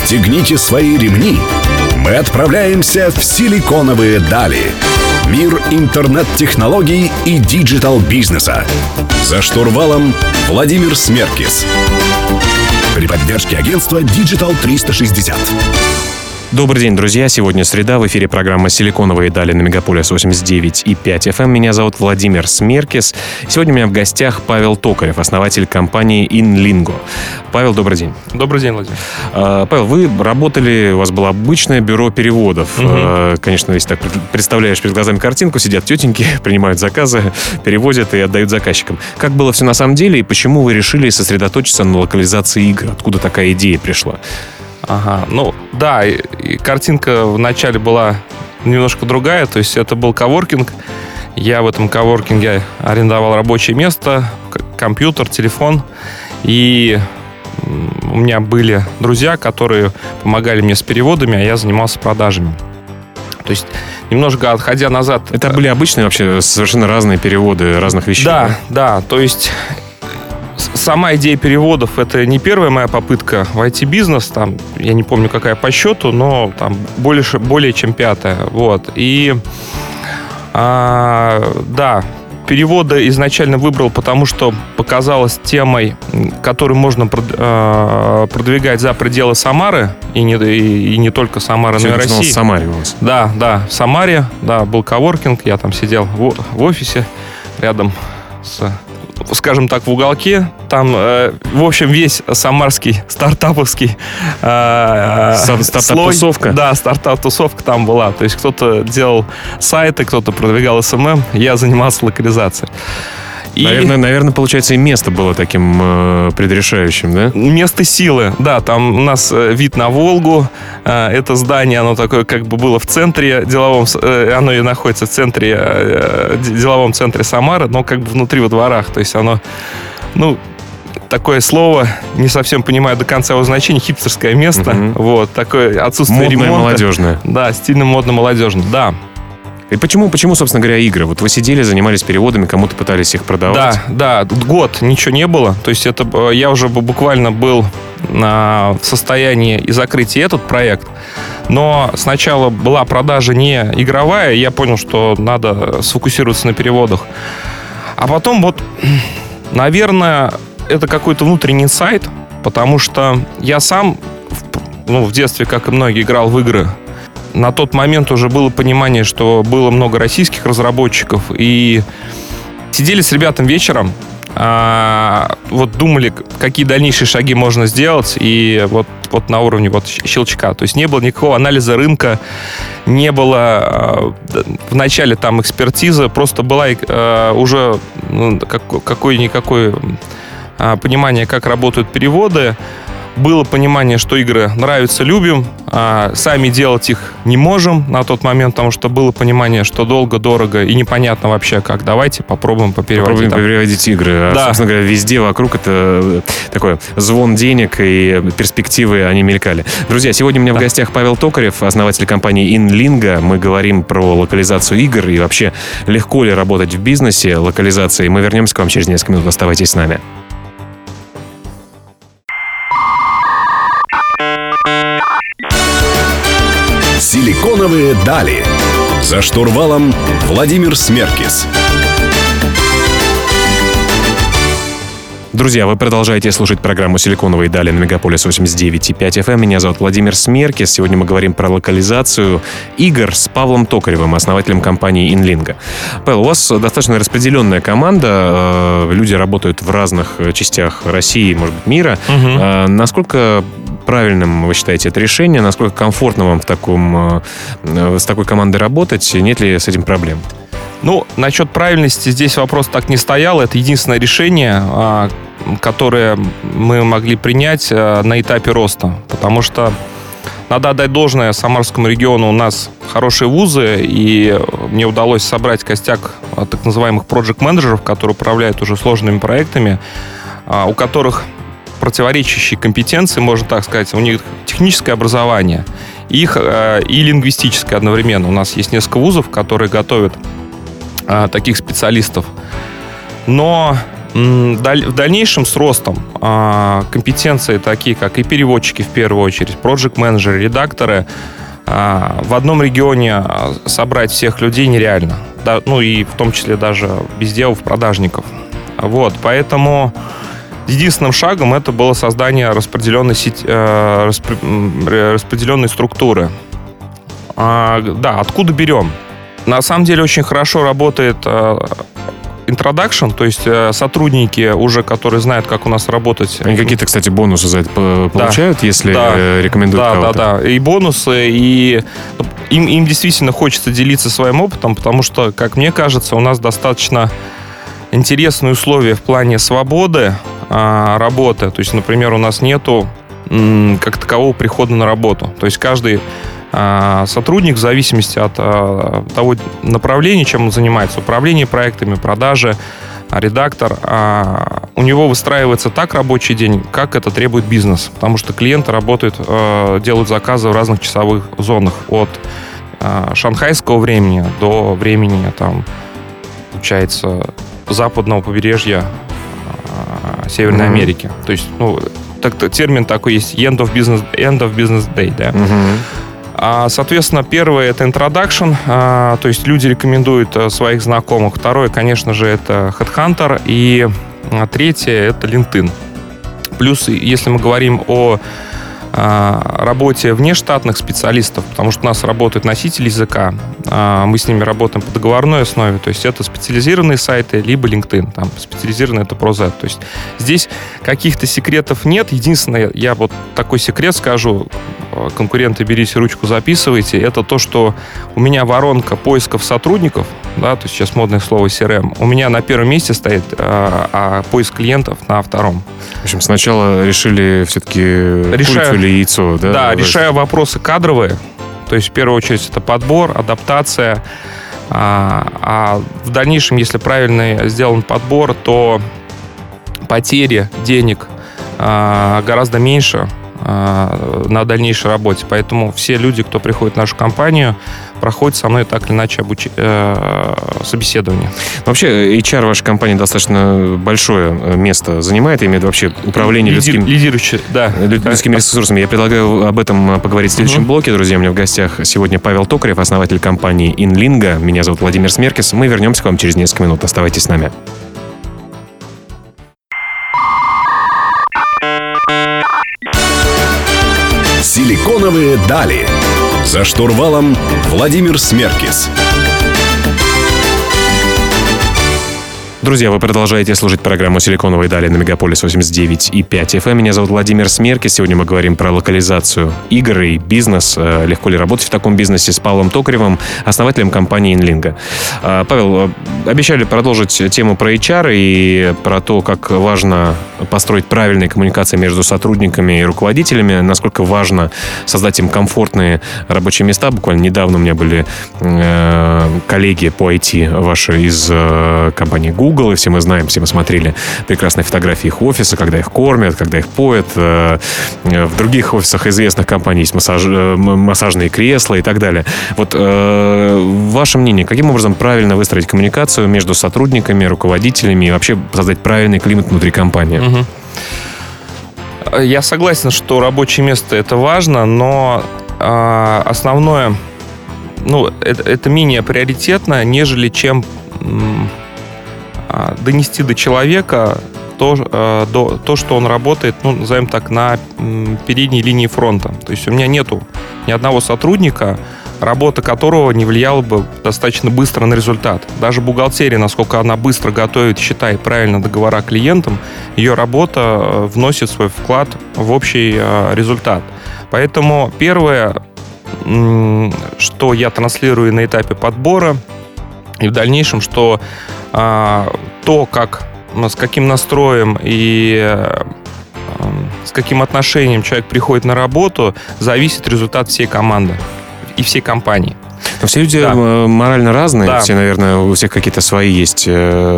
Расстегните свои ремни. Мы отправляемся в силиконовые дали. Мир интернет-технологий и диджитал-бизнеса. За штурвалом Владимир Смеркис. При поддержке агентства Digital 360. Добрый день, друзья. Сегодня среда. В эфире программа «Силиконовые дали» на Мегаполис 89,5 FM. Меня зовут Владимир Смеркис. Сегодня у меня в гостях Павел Токарев, основатель компании InLingo. Павел, добрый день. Добрый день, Владимир. Павел, вы работали, у вас было обычное бюро переводов. Конечно, если так представляешь перед глазами картинку, сидят тетеньки, принимают заказы, переводят и отдают заказчикам. Как было все на самом деле и почему вы решили сосредоточиться на локализации игр? Откуда такая идея пришла? И картинка вначале была немножко другая, то есть это был коворкинг. Я в этом коворкинге арендовал рабочее место, компьютер, телефон, и у меня были друзья, которые помогали мне с переводами, а я занимался продажами. То есть немножко отходя назад... Это были обычные вообще совершенно разные переводы разных вещей? Да, то есть... Сама идея переводов — это не первая моя попытка в IT-бизнес. Там, я не помню, какая по счету, но там более чем пятая. Вот. И переводы изначально выбрал, потому что показалось темой, которую можно продвигать за пределы Самары. И не только Самары, но и России. В Самаре у вас? Да, в Самаре. Да, был коворкинг. Я там сидел в офисе рядом с... скажем так, в уголке. Там, в общем, весь самарский стартаповский стартап-тусовка. Да, стартап-тусовка там была. То есть кто-то делал сайты, кто-то продвигал СММ. Я занимался локализацией. Наверное, получается, и место было таким предрешающим, да? Место силы, да. Там у нас вид на Волгу. Это здание, оно такое как бы было в центре деловом. Оно и находится в центре, деловом центре Самары, но как бы внутри во дворах. То есть оно, такое слово, не совсем понимаю до конца его значения, хипстерское место. Вот, такое отсутствие ремонта. Модное, молодежное. Да, стильно, модно, молодежное, да. И почему, собственно говоря, игры? Вот вы сидели, занимались переводами, кому-то пытались их продавать. Да, год ничего не было. То есть это я уже буквально был в состоянии и закрыть и этот проект. Но сначала была продажа не игровая, и я понял, что надо сфокусироваться на переводах. А потом наверное, это какой-то внутренний инсайт, потому что я сам в детстве, как и многие, играл в игры. На тот момент уже было понимание, что было много российских разработчиков, и сидели с ребятами вечером, думали, какие дальнейшие шаги можно сделать, и вот на уровне щелчка. То есть не было никакого анализа рынка, не было в начале там экспертизы, просто была уже какое-никакое понимание, как работают переводы. Было понимание, что игры нравятся, любим, а сами делать их не можем на тот момент, потому что было понимание, что долго, дорого и непонятно вообще как. Давайте попробуем попереводить. Переводить игры. Да. Собственно говоря, везде вокруг это такой звон денег и перспективы, они мелькали. Друзья, сегодня у меня в гостях Павел Токарев, основатель компании InLingo. Мы говорим про локализацию игр и вообще, легко ли работать в бизнесе локализации. Мы вернемся к вам через несколько минут. Оставайтесь с нами. Силиконовые дали. За штурвалом Владимир Смеркис. Друзья, вы продолжаете слушать программу «Силиконовые дали» на Мегаполис 89,5 FM. Меня зовут Владимир Смеркис. Сегодня мы говорим про локализацию игр с Павлом Токаревым, основателем компании InLingo. Павел, у вас достаточно распределенная команда. Люди работают в разных частях России, может быть, мира. Насколько правильным вы считаете это решение? Насколько комфортно вам с такой командой работать? Нет ли с этим проблем? Насчет правильности здесь вопрос так не стоял. Это единственное решение, которое мы могли принять на этапе роста. Потому что надо отдать должное Самарскому региону. У нас хорошие вузы, и мне удалось собрать костяк так называемых проект-менеджеров, которые управляют уже сложными проектами, у которых противоречащие компетенции, можно так сказать. У них техническое образование и лингвистическое одновременно. У нас есть несколько вузов, которые готовят таких специалистов. Но В дальнейшем с ростом компетенции, такие как и переводчики в первую очередь, проджект-менеджеры, редакторы, в одном регионе собрать всех людей нереально. Ну и в том числе даже без девов продажников. Вот, поэтому единственным шагом это было создание распределенной структуры. Да, откуда берем? На самом деле очень хорошо работает introduction, то есть сотрудники уже, которые знают, как у нас работать. Они какие-то, кстати, бонусы за это получают, если рекомендуют кого-то? Да. И бонусы, и им действительно хочется делиться своим опытом, потому что, как мне кажется, у нас достаточно интересные условия в плане свободы работы. То есть, например, у нас нету как такового прихода на работу. То есть каждый сотрудник в зависимости от того направления, чем он занимается, управление проектами, продажи, редактор, у него выстраивается так рабочий день, как это требует бизнес. Потому что клиенты работают, делают заказы в разных часовых зонах. От шанхайского времени до времени, там, получается, западного побережья Северной Америки. То есть, термин такой есть, end of business day, да. Соответственно, первое — это introduction, то есть люди рекомендуют своих знакомых. Второе, конечно же, это Headhunter. И третье — это LinkedIn. Плюс, если мы говорим о работе внештатных специалистов, потому что у нас работают носители языка, мы с ними работаем по договорной основе, то есть это специализированные сайты, либо LinkedIn, там специализированный — это ProZ. То есть здесь каких-то секретов нет. Единственное, я вот такой секрет скажу, конкуренты, берите ручку, записывайте, это то, что у меня воронка поисков сотрудников, да, то есть сейчас модное слово CRM, у меня на первом месте стоит, а поиск клиентов на втором. В общем, сначала решили все-таки курицу или яйцо, да? Да, решаю вопросы кадровые, то есть в первую очередь это подбор, адаптация, а в дальнейшем, если правильно сделан подбор, то потери денег гораздо меньше на дальнейшей работе. Поэтому все люди, кто приходит в нашу компанию, проходят со мной так или иначе собеседование. Вообще, HR вашей компании достаточно большое место занимает, имеет вообще управление людскими ресурсами. Я предлагаю об этом поговорить в следующем блоке. Друзья, у меня в гостях сегодня Павел Токарев, основатель компании InLingo. Меня зовут Владимир Смеркис. Мы вернемся к вам через несколько минут. Оставайтесь с нами. Силиконовые дали. За штурвалом Владимир Смеркис. Друзья, вы продолжаете слушать программу «Силиконовые дали» на Мегаполис 89,5 FM. Меня зовут Владимир Смеркис. Сегодня мы говорим про локализацию игр и бизнес. Легко ли работать в таком бизнесе с Павлом Токаревым, основателем компании InLingo. Павел, обещали продолжить тему про HR и про то, как важно построить правильные коммуникации между сотрудниками и руководителями, насколько важно создать им комфортные рабочие места. Буквально недавно у меня были коллеги по IT ваши из компании Google, и все мы знаем, все мы смотрели прекрасные фотографии их офиса, когда их кормят, когда их поят. В других офисах известных компаний есть массажные кресла и так далее. Вот ваше мнение, каким образом правильно выстроить коммуникацию между сотрудниками, руководителями и вообще создать правильный климат внутри компании? Я согласен, что рабочее место — это важно, но основное, это менее приоритетно, нежели чем донести до человека то, что он работает, назовем так, на передней линии фронта. То есть у меня нету ни одного сотрудника, работа которого не влияла бы достаточно быстро на результат. Даже бухгалтерия, насколько она быстро готовит, считает правильно договора клиентам, ее работа вносит свой вклад в общий результат. Поэтому первое, что я транслирую на этапе подбора, и в дальнейшем, что то, с каким настроем и с каким отношением человек приходит на работу, зависит результат всей команды и всей компании. Но все люди морально разные, все, наверное, у всех какие-то свои есть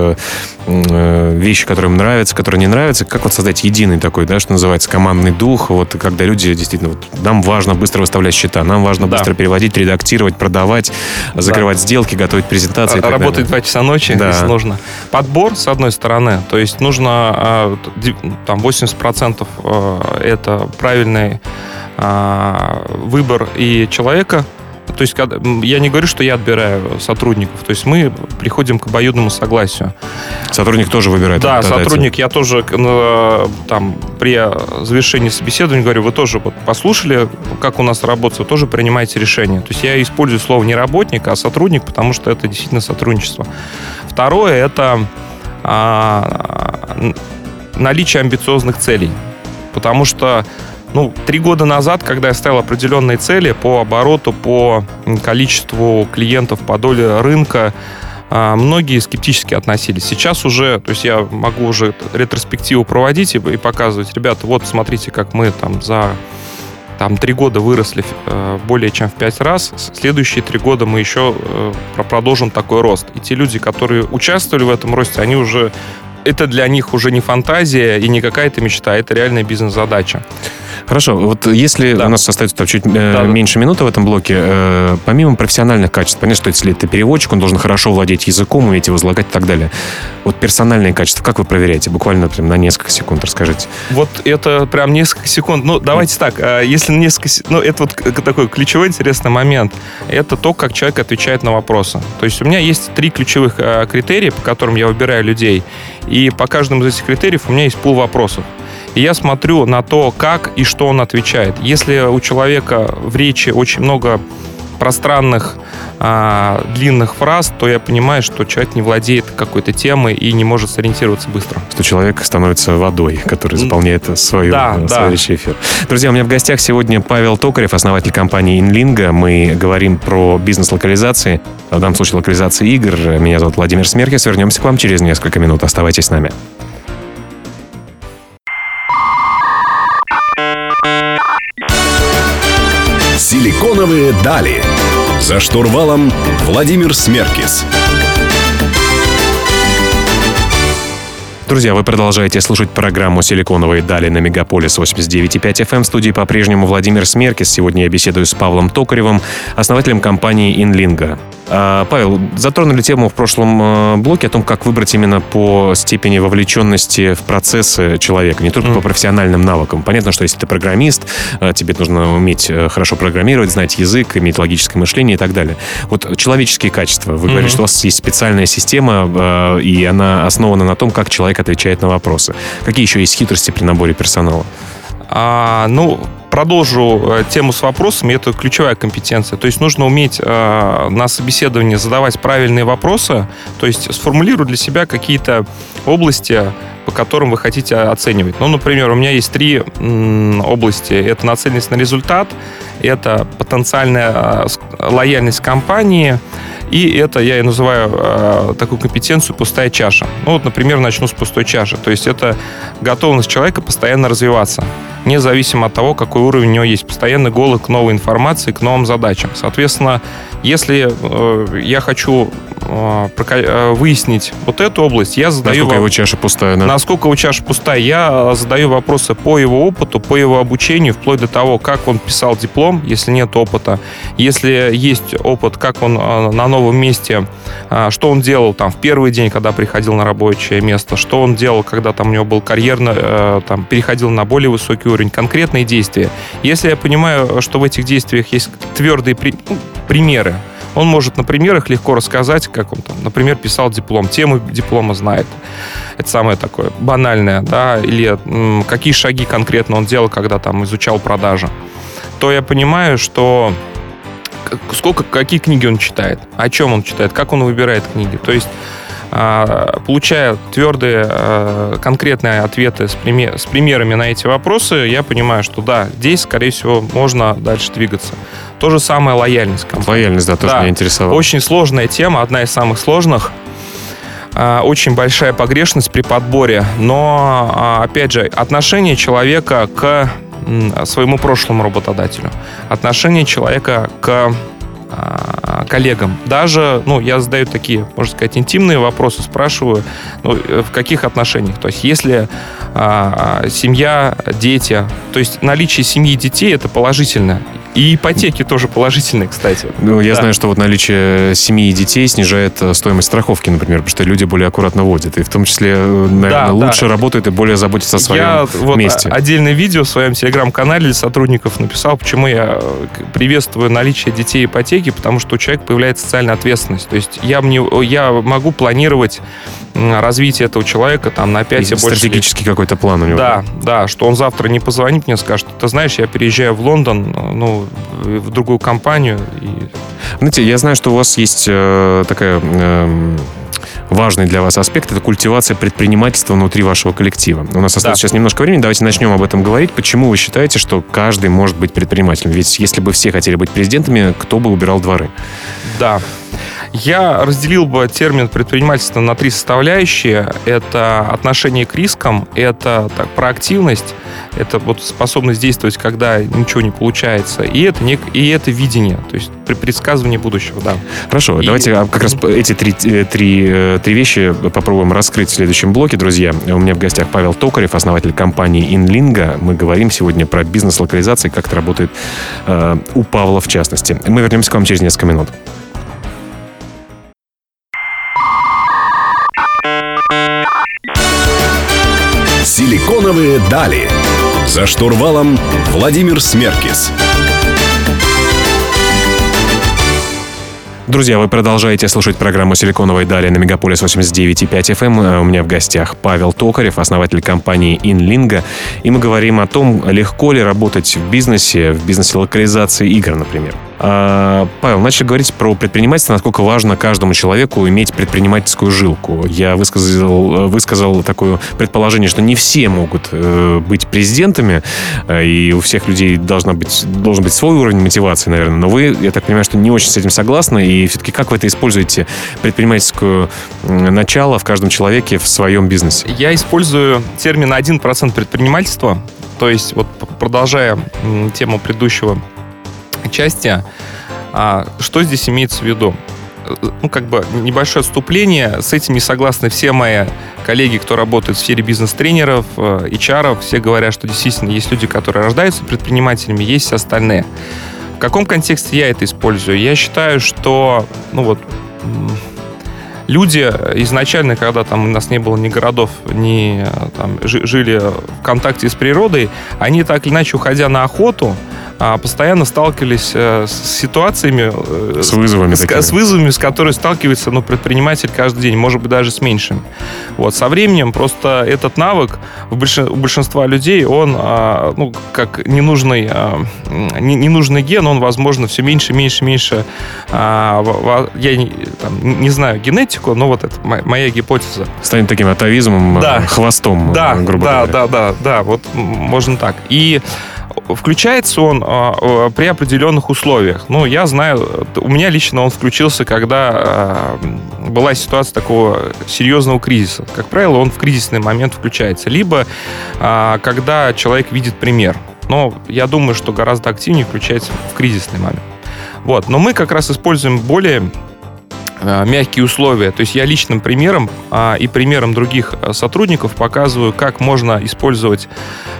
вещи, которые им нравятся, которые не нравятся. Как вот создать единый такой, да, что называется, командный дух, вот когда люди действительно, вот, нам важно быстро выставлять счета, нам важно быстро переводить, редактировать, продавать, закрывать сделки, готовить презентации и так далее. Работать 2 часа ночи, если нужно. Подбор, с одной стороны, то есть нужно там 80% это правильный выбор и человека. То есть я не говорю, что я отбираю сотрудников. То есть мы приходим к обоюдному согласию. Сотрудник тоже выбирает. Да, сотрудник. Я тоже там при завершении собеседования говорю, вы тоже вот послушали, как у нас работает, вы тоже принимаете решение. То есть я использую слово не работник, а сотрудник, потому что это действительно сотрудничество. Второе – это наличие амбициозных целей. Потому что 3 года назад, когда я ставил определенные цели по обороту, по количеству клиентов, по доле рынка, многие скептически относились. Сейчас уже, то есть я могу уже ретроспективу проводить и показывать, ребята, вот смотрите, как мы там за 3 года выросли более чем в 5 раз. Следующие 3 года мы еще продолжим такой рост. И те люди, которые участвовали в этом росте, они уже... Это для них уже не фантазия и не какая-то мечта, это реальная бизнес-задача. Хорошо, вот если у нас остается чуть меньше минуты в этом блоке, помимо профессиональных качеств, понятно, что если это переводчик, он должен хорошо владеть языком, уметь его излагать и так далее. Вот персональные качества, как вы проверяете? Буквально прям на несколько секунд расскажите. Вот это прям несколько секунд. Давайте так, если несколько секунд... это вот такой ключевой интересный момент. Это то, как человек отвечает на вопросы. То есть у меня есть 3 ключевых критерия, по которым я выбираю людей. И по каждому из этих критериев у меня есть пул вопросов. И я смотрю на то, как и что он отвечает. Если у человека в речи очень много пространных, длинных фраз, то я понимаю, что человек не владеет какой-то темой и не может сориентироваться быстро. Что человек становится водой, который заполняет свой вещий эфир. Друзья, у меня в гостях сегодня Павел Токарев, основатель компании InLingo. Мы говорим про бизнес-локализации, в данном случае локализации игр. Меня зовут Владимир Смеркис. Вернемся к вам через несколько минут. Оставайтесь с нами. Силиконовые дали. За штурвалом Владимир Смеркис. Друзья, вы продолжаете слушать программу «Силиконовые дали» на Мегаполис 89.5 FM. В студии по-прежнему Владимир Смеркис. Сегодня я беседую с Павлом Токаревым, основателем компании InLingo. Павел, затронули тему в прошлом блоке о том, как выбрать именно по степени вовлеченности в процессы человека, не только по профессиональным навыкам. Понятно, что если ты программист, тебе нужно уметь хорошо программировать, знать язык, иметь логическое мышление и так далее. Вот человеческие качества. Вы говорите, что у вас есть специальная система, и она основана на том, как человек отвечает на вопросы. Какие еще есть хитрости при наборе персонала? Продолжу тему с вопросами. Это ключевая компетенция. То есть нужно уметь на собеседовании задавать правильные вопросы, то есть сформулировать для себя какие-то области, по которым вы хотите оценивать. Например, у меня есть 3 области. Это нацеленность на результат, это потенциальная лояльность компании, и это я и называю такую компетенцию «пустая чаша». Например, начну с пустой чаши. То есть это готовность человека постоянно развиваться, независимо от того, какой уровень у него есть. Постоянный голод к новой информации, к новым задачам. Соответственно, если я хочу выяснить вот эту область, я задаю... Насколько его чаша пустая, да? Насколько его чаша пустая, я задаю вопросы по его опыту, по его обучению, вплоть до того, как он писал диплом, если нет опыта. Если есть опыт, как он на новом месте, что он делал там в первый день, когда приходил на рабочее место, что он делал, когда там у него был карьерно, там переходил на более высокий уровень, конкретные действия. Если я понимаю, что в этих действиях есть твердые примеры, он может на примерах легко рассказать, как он там, например, писал диплом, тему диплома знает. Это самое такое банальное, да, или какие шаги конкретно он делал, когда там изучал продажи. То я понимаю, что какие книги он читает, о чем он читает, как он выбирает книги. То есть, получая твердые, конкретные ответы с примерами на эти вопросы, я понимаю, что да, здесь, скорее всего, можно дальше двигаться. То же самое лояльность компании. Лояльность, да, тоже меня интересовала. Очень сложная тема, одна из самых сложных. Очень большая погрешность при подборе. Но, опять же, отношение человека к своему прошлому работодателю. Отношение человека к коллегам. Даже, я задаю такие, можно сказать, интимные вопросы, спрашиваю, в каких отношениях. То есть, если семья, дети, то есть наличие семьи и детей — это положительно. И ипотеки тоже положительные, кстати. Я знаю, что вот наличие семьи и детей снижает стоимость страховки, например, потому что люди более аккуратно водят. И в том числе, наверное, лучше работают и более заботятся о своем месте. Я отдельное видео в своем телеграм-канале для сотрудников написал, почему я приветствую наличие детей и ипотеки, потому что у человека появляется социальная ответственность. То есть я могу планировать развитие этого человека на 5 и больше лет. Стратегический какой-то план у него. Да, что он завтра не позвонит мне, скажет: ты знаешь, я переезжаю в Лондон, в другую компанию. Знаете, я знаю, что у вас есть такая важный для вас аспект — это культивация предпринимательства внутри вашего коллектива. У нас осталось сейчас немножко времени, давайте начнем об этом говорить. Почему вы считаете, что каждый может быть предпринимателем? Ведь если бы все хотели быть президентами, кто бы убирал дворы? Да. Я разделил бы термин предпринимательства на 3 составляющие. Это отношение к рискам, это проактивность, это способность действовать, когда ничего не получается, и это видение, то есть предсказывание будущего, да. Хорошо, давайте как раз эти три вещи попробуем раскрыть в следующем блоке, друзья. У меня в гостях Павел Токарев, основатель компании InLingo. Мы говорим сегодня про бизнес-локализации, как это работает у Павла в частности. Мы вернемся к вам через несколько минут. Силиконовые дали. За штурвалом Владимир Смеркис. Друзья, вы продолжаете слушать программу «Силиконовые дали» на Мегаполис 89,5 FM. У меня в гостях Павел Токарев, основатель компании InLingo. И мы говорим о том, легко ли работать в бизнесе локализации игр, например. Павел, начали говорить про предпринимательство, насколько важно каждому человеку иметь предпринимательскую жилку. Я высказал такое предположение, что не все могут быть президентами, и у всех людей должен быть свой уровень мотивации, наверное. Но вы, я так понимаю, что не очень с этим согласны, и все-таки как вы это используете, предпринимательское начало в каждом человеке в своем бизнесе? Я использую термин 1% предпринимательства, то есть продолжая тему предыдущего части, что здесь имеется в виду? Небольшое отступление. С этим не согласны все мои коллеги, кто работает в сфере бизнес-тренеров, HR. Все говорят, что действительно есть люди, которые рождаются предпринимателями, есть остальные. В каком контексте я это использую? Я считаю, что люди изначально, когда у нас не было ни городов, ни жили в контакте с природой, они так или иначе, уходя на охоту, постоянно сталкивались с ситуациями, с вызовами, с которыми сталкивается предприниматель каждый день, может быть, даже с меньшим. Со временем просто этот навык у большинства людей, он как ненужный ген, он, возможно, все меньше. Я не знаю генетику, но это моя гипотеза. Станет таким атовизмом, хвостом, грубо говоря. Да, можно так. И включается он при определенных условиях. Я знаю, у меня лично он включился, когда была ситуация такого серьезного кризиса. Как правило, он в кризисный момент включается. Либо когда человек видит пример. Но я думаю, что гораздо активнее включается в кризисный момент. Но мы как раз используем более мягкие условия. То есть я личным примером и примером других сотрудников показываю, как можно использовать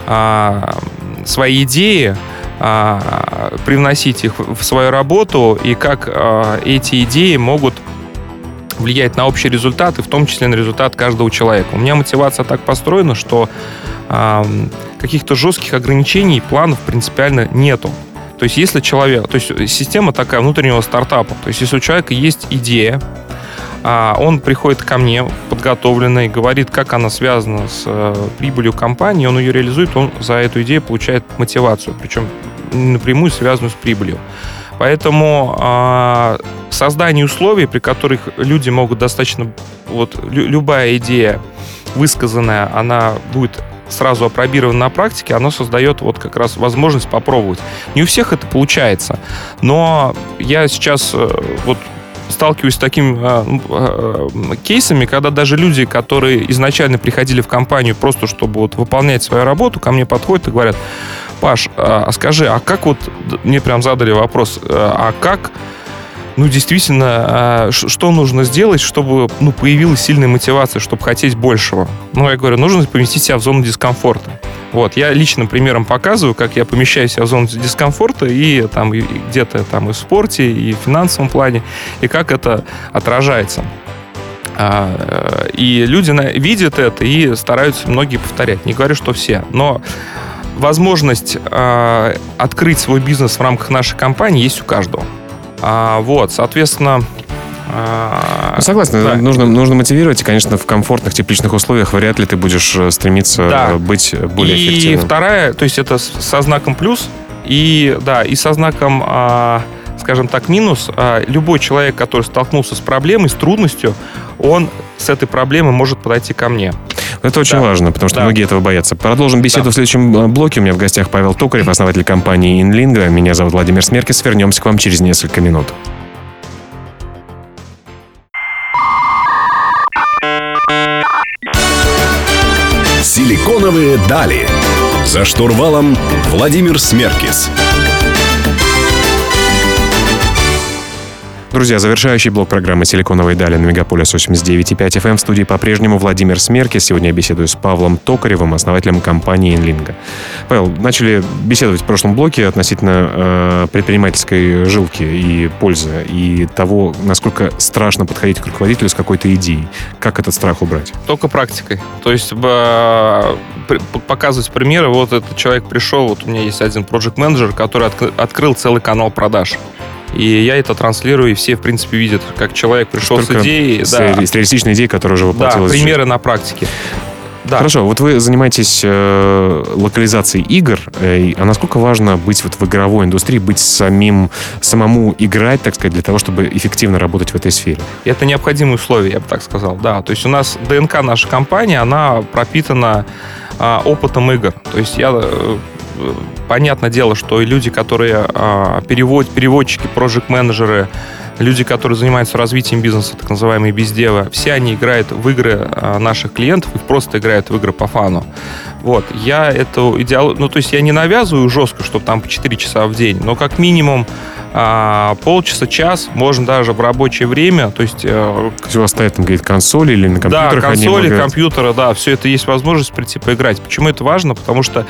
свои идеи, привносить их в свою работу, и как эти идеи могут влиять на общий результат, и в том числе на результат каждого человека. У меня мотивация так построена, что каких-то жестких ограничений, планов принципиально нету. То есть если система такая внутреннего стартапа, то есть если у человека есть идея, он приходит ко мне подготовленный, говорит, как она связана с прибылью компании, он ее реализует, он за эту идею получает мотивацию, причем напрямую связанную с прибылью. Поэтому создание условий, при которых люди могут достаточно... любая идея высказанная, она будет сразу опробирована на практике, оно создает как раз возможность попробовать. Не у всех это получается, но я сейчас сталкиваюсь с такими кейсами, когда даже люди, которые изначально приходили в компанию просто чтобы выполнять свою работу, ко мне подходят и говорят: Паш, скажи, как мне прям задали вопрос, как действительно, что нужно сделать, чтобы появилась сильная мотивация, чтобы хотеть большего? Я говорю, нужно поместить себя в зону дискомфорта. Вот, я личным примером показываю, как я помещаю себя в зону дискомфорта и где-то и в спорте, и в финансовом плане, и как это отражается. И люди видят это и стараются многие повторять. Не говорю, что все, но возможность открыть свой бизнес в рамках нашей компании есть у каждого. Соответственно... Согласен, да. нужно мотивировать, и, конечно, в комфортных, тепличных условиях вряд ли ты будешь стремиться быть более эффективным. И вторая, то есть это со знаком плюс, и со знаком, скажем так, минус. Любой человек, который столкнулся с проблемой, с трудностью, он с этой проблемой может подойти ко мне. Это очень важно, потому что многие этого боятся. Продолжим беседу в следующем блоке. У меня в гостях Павел Токарев, основатель компании InLingo. Меня зовут Владимир Смеркис. Вернемся к вам через несколько минут. Силиконовые дали. За штурвалом Владимир Смеркис. Друзья, завершающий блок программы «Силиконовые дали» на Мегаполис 89,5 FM. В студии по-прежнему Владимир Смеркис. Сегодня я беседую с Павлом Токаревым, основателем компании InLingo. Павел, начали беседовать в прошлом блоке относительно предпринимательской жилки и пользы, и того, насколько страшно подходить к руководителю с какой-то идеей. Как этот страх убрать? Только практикой. То есть показывать примеры. Вот этот человек пришел, вот у меня есть один проект-менеджер, который открыл целый канал продаж. И я это транслирую, и все, в принципе, видят, как человек пришел с идеей. С реалистичной идеей, которая уже воплотилась. Да, примеры на практике. Да. Хорошо, вот вы занимаетесь локализацией игр, а насколько важно быть в игровой индустрии, быть самому играть, так сказать, для того, чтобы эффективно работать в этой сфере? Это необходимые условия, я бы так сказал, да. То есть у нас ДНК нашей компании, она пропитана опытом игр. То есть понятное дело, что и люди, которые переводчики, проект-менеджеры, люди, которые занимаются развитием бизнеса, так называемые бездевы, все они играют в игры наших клиентов, их просто играют в игры по фану. Вот. Я эту идеологию... то есть я не навязываю жестко, чтобы там по 4 часа в день, но как минимум полчаса, час, можно даже в рабочее время. То есть у вас стоят там какие-то консоли или на компьютерах? Да, консоли, компьютеры, да, все это есть возможность прийти поиграть. Почему это важно? Потому что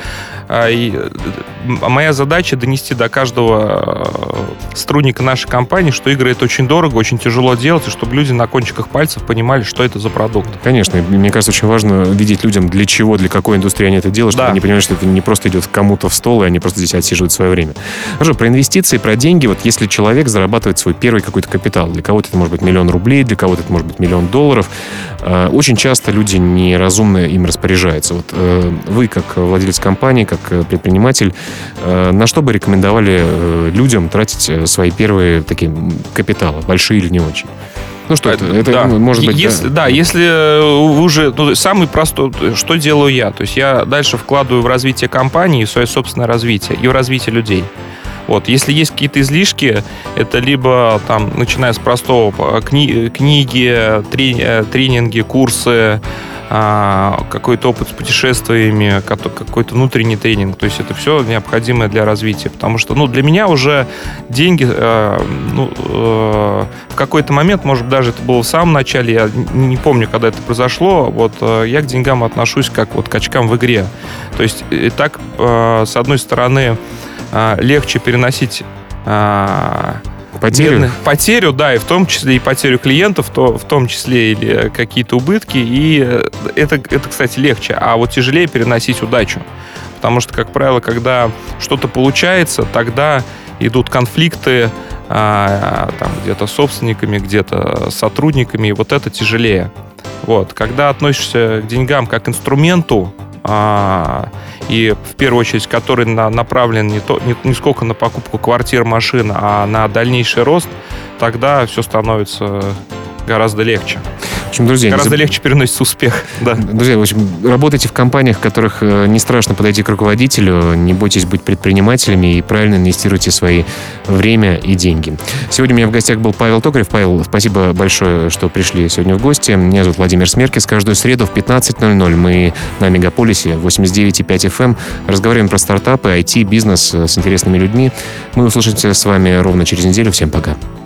моя задача донести до каждого сотрудника нашей компании, что игры это очень дорого, очень тяжело делать, и чтобы люди на кончиках пальцев понимали, что это за продукт. Конечно, мне кажется, очень важно видеть людям, для чего, для какой индустрии они это делают, чтобы они понимали, что это не просто идет кому-то в стол, и они просто здесь отсиживают свое время. Хорошо, про инвестиции, про деньги. Вот если человек зарабатывает свой первый какой-то капитал, для кого-то это может быть 1 000 000 рублей, для кого-то это может быть 1 000 000 долларов, очень часто люди неразумно им распоряжаются. Вот вы, как владелец компании, как предприниматель, на что бы рекомендовали людям тратить свои первые такие капиталы, большие или не очень? Ну что, это может быть... Если вы уже... самый простой, что делаю я? То есть я дальше вкладываю в развитие компании, в свое собственное развитие и в развитие людей. Вот. Если есть какие-то излишки, это либо, начиная с простого, книги, тренинги, курсы, какой-то опыт с путешествиями, какой-то внутренний тренинг. То есть это все необходимое для развития. Потому что для меня уже деньги в какой-то момент, может быть, даже это было в самом начале, я не помню, когда это произошло, я к деньгам отношусь как к очкам в игре. То есть и так, с одной стороны, легче переносить потерю, да, и в том числе и потерю клиентов, в том числе или какие-то убытки, и это, кстати, легче, а вот тяжелее переносить удачу, потому что, как правило, когда что-то получается, тогда идут конфликты где-то с собственниками, где-то с сотрудниками, и вот это тяжелее. Вот. Когда относишься к деньгам как к инструменту, и в первую очередь, который направлен не сколько на покупку квартир, машин, а на дальнейший рост, тогда все становится гораздо легче. В общем, друзья, гораздо легче переносится успех. Да. Друзья, в общем, работайте в компаниях, в которых не страшно подойти к руководителю, не бойтесь быть предпринимателями и правильно инвестируйте свои время и деньги. Сегодня у меня в гостях был Павел Токарев. Павел, спасибо большое, что пришли сегодня в гости. Меня зовут Владимир Смеркис. Каждую среду в 15:00 мы на Мегаполисе 89,5 FM разговариваем про стартапы, IT, бизнес с интересными людьми. Мы услышимся с вами ровно через неделю. Всем пока.